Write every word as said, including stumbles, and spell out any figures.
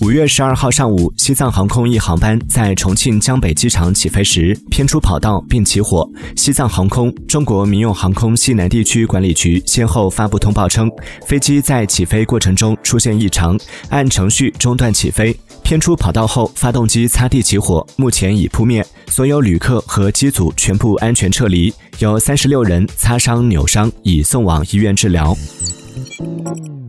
五月十二号上午，西藏航空一航班在重庆江北机场起飞时偏出跑道并起火。西藏航空、中国民用航空西南地区管理局先后发布通报称，飞机在起飞过程中出现异常，按程序中断起飞。偏出跑道后，发动机擦地起火，目前已扑灭，所有旅客和机组全部安全撤离，有三十六人擦伤扭伤，已送往医院治疗。